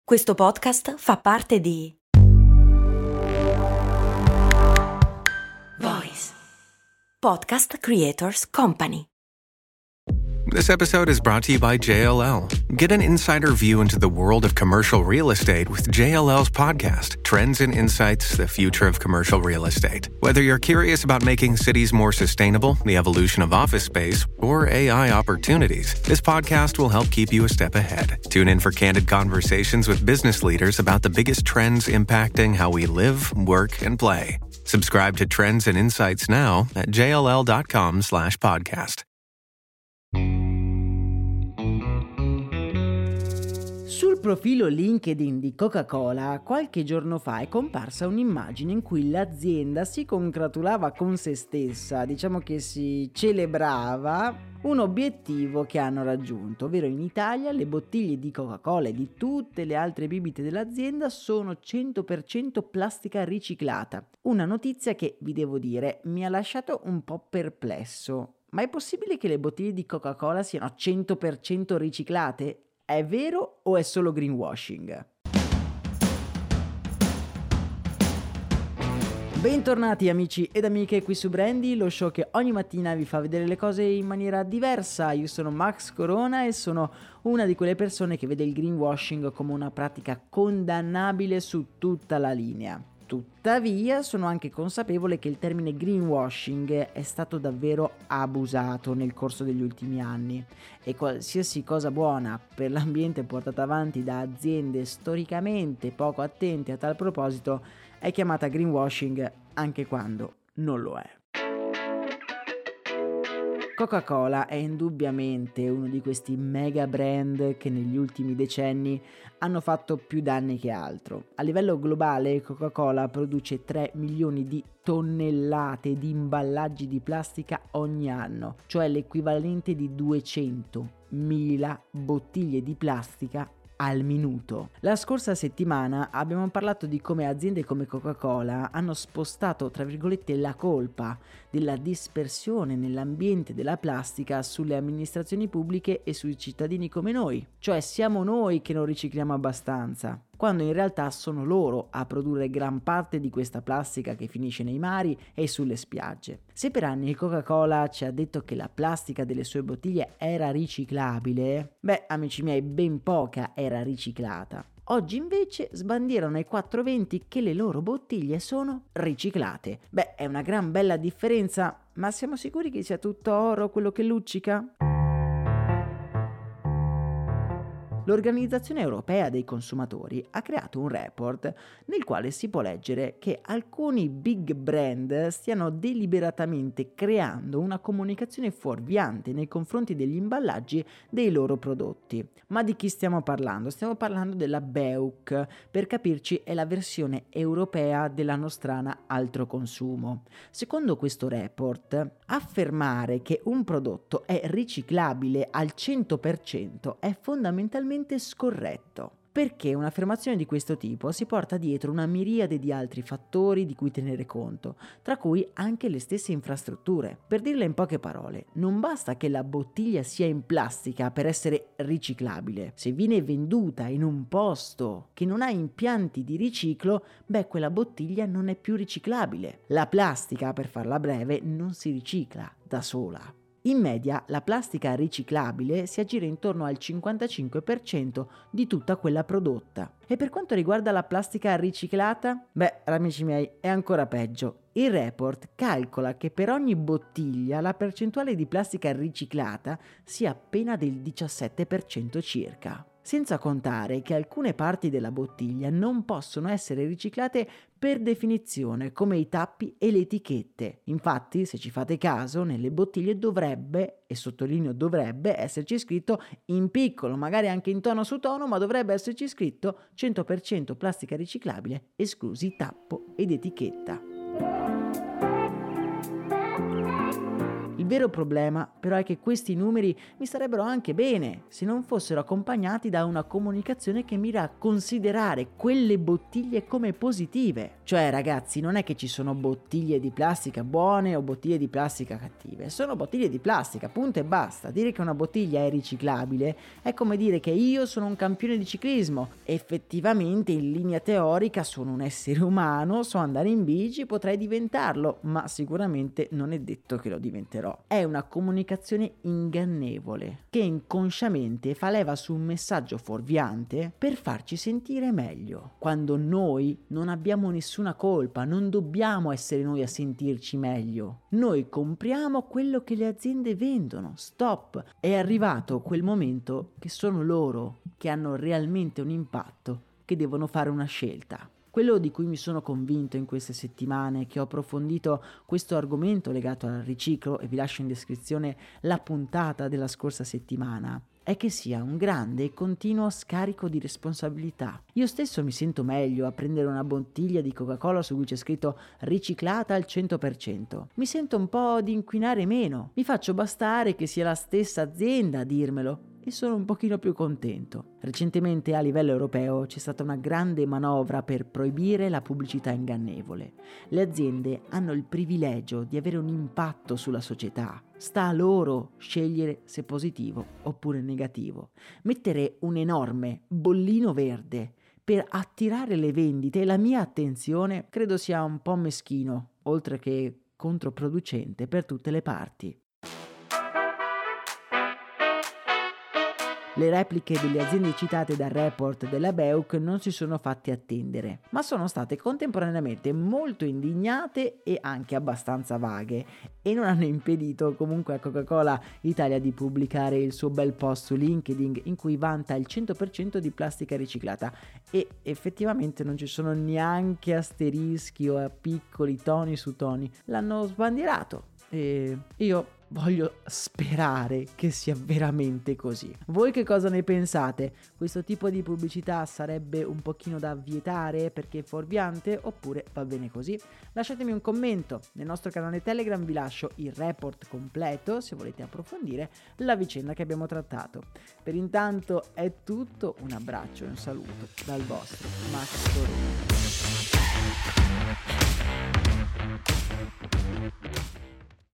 Questo podcast fa parte di Voice Podcast Creators Company. This episode is brought to you by JLL. Get an insider view into the world of commercial real estate with JLL's podcast, Trends and Insights, the Future of Commercial Real Estate. Whether you're curious about making cities more sustainable, the evolution of office space, or AI opportunities, this podcast will help keep you a step ahead. Tune in for candid conversations with business leaders about the biggest trends impacting how we live, work, and play. Subscribe to Trends and Insights now at jll.com/podcast. Sul profilo LinkedIn di Coca-Cola qualche giorno fa è comparsa un'immagine in cui l'azienda si congratulava con se stessa, diciamo che si celebrava un obiettivo che hanno raggiunto, ovvero in Italia le bottiglie di Coca-Cola e di tutte le altre bibite dell'azienda sono 100% plastica riciclata. Una notizia che, vi devo dire, mi ha lasciato un po' perplesso. Ma è possibile che le bottiglie di Coca-Cola siano 100% riciclate? È vero o è solo greenwashing? Bentornati amici ed amiche qui su Brandy, lo show che ogni mattina vi fa vedere le cose in maniera diversa. Io sono Max Corona e sono una di quelle persone che vede il greenwashing come una pratica condannabile su tutta la linea. Tuttavia sono anche consapevole che il termine greenwashing è stato davvero abusato nel corso degli ultimi anni e qualsiasi cosa buona per l'ambiente portata avanti da aziende storicamente poco attente a tal proposito è chiamata greenwashing anche quando non lo è. Coca-Cola è indubbiamente uno di questi mega brand che negli ultimi decenni hanno fatto più danni che altro. A livello globale Coca-Cola produce 3 milioni di tonnellate di imballaggi di plastica ogni anno, cioè l'equivalente di 200.000 bottiglie di plastica al minuto. La scorsa settimana abbiamo parlato di come aziende come Coca-Cola hanno spostato, tra virgolette, la colpa della dispersione nell'ambiente della plastica sulle amministrazioni pubbliche e sui cittadini come noi. Cioè siamo noi che non ricicliamo abbastanza, quando in realtà sono loro a produrre gran parte di questa plastica che finisce nei mari e sulle spiagge. Se per anni Coca-Cola ci ha detto che la plastica delle sue bottiglie era riciclabile, amici miei, ben poca era riciclata. Oggi invece sbandierano ai 420 che le loro bottiglie sono riciclate. È una gran bella differenza, ma siamo sicuri che sia tutto oro quello che luccica? L'Organizzazione Europea dei Consumatori ha creato un report nel quale si può leggere che alcuni big brand stiano deliberatamente creando una comunicazione fuorviante nei confronti degli imballaggi dei loro prodotti. Ma di chi stiamo parlando? Stiamo parlando della BEUC, per capirci è la versione europea della nostrana altro consumo. Secondo questo report, affermare che un prodotto è riciclabile al 100% è fondamentalmente scorretto, perché un'affermazione di questo tipo si porta dietro una miriade di altri fattori di cui tenere conto, tra cui anche le stesse infrastrutture. Per dirla in poche parole, non basta che la bottiglia sia in plastica per essere riciclabile. Se viene venduta in un posto che non ha impianti di riciclo, quella bottiglia non è più riciclabile. La plastica, per farla breve, non si ricicla da sola. In media la plastica riciclabile si aggira intorno al 55% di tutta quella prodotta. E per quanto riguarda la plastica riciclata? Amici miei, è ancora peggio. Il report calcola che per ogni bottiglia la percentuale di plastica riciclata sia appena del 17% circa. Senza contare che alcune parti della bottiglia non possono essere riciclate per definizione, come i tappi e le etichette. Infatti, se ci fate caso, nelle bottiglie dovrebbe, e sottolineo dovrebbe, esserci scritto in piccolo, magari anche in tono su tono, ma dovrebbe esserci scritto 100% plastica riciclabile, esclusi tappo ed etichetta. Il vero problema però è che questi numeri mi starebbero anche bene se non fossero accompagnati da una comunicazione che mira a considerare quelle bottiglie come positive. Cioè ragazzi, non è che ci sono bottiglie di plastica buone o bottiglie di plastica cattive, sono bottiglie di plastica, punto e basta. Dire che una bottiglia è riciclabile è come dire che io sono un campione di ciclismo. Effettivamente in linea teorica sono un essere umano, so andare in bici, potrei diventarlo, ma sicuramente non è detto che lo diventerò. È una comunicazione ingannevole che inconsciamente fa leva su un messaggio fuorviante per farci sentire meglio, quando noi non abbiamo nessuna colpa, non dobbiamo essere noi a sentirci meglio. Noi compriamo quello che le aziende vendono. Stop! È arrivato quel momento che sono loro che hanno realmente un impatto, che devono fare una scelta. Quello di cui mi sono convinto in queste settimane che ho approfondito questo argomento legato al riciclo, e vi lascio in descrizione la puntata della scorsa settimana, è che sia un grande e continuo scarico di responsabilità. Io stesso mi sento meglio a prendere una bottiglia di Coca-Cola su cui c'è scritto riciclata al 100%. Mi sento un po' di inquinare meno. Mi faccio bastare che sia la stessa azienda a dirmelo e sono un pochino più contento. Recentemente a livello europeo c'è stata una grande manovra per proibire la pubblicità ingannevole. Le aziende hanno il privilegio di avere un impatto sulla società. Sta a loro scegliere se positivo oppure negativo. Mettere un enorme bollino verde per attirare le vendite e la mia attenzione credo sia un po' meschino, oltre che controproducente per tutte le parti. Le repliche delle aziende citate dal report della BEUC non si sono fatte attendere, ma sono state contemporaneamente molto indignate e anche abbastanza vaghe, e non hanno impedito comunque a Coca-Cola Italia di pubblicare il suo bel post su LinkedIn in cui vanta il 100% di plastica riciclata, e effettivamente non ci sono neanche asterischi o piccoli toni su toni, l'hanno sbandierato. E io voglio sperare che sia veramente così. Voi che cosa ne pensate? Questo tipo di pubblicità sarebbe un pochino da vietare perché è fuorviante, oppure va bene così? Lasciatemi un commento. Nel nostro canale Telegram vi lascio il report completo se volete approfondire la vicenda che abbiamo trattato. Per intanto è tutto, un abbraccio e un saluto dal vostro Max Torino.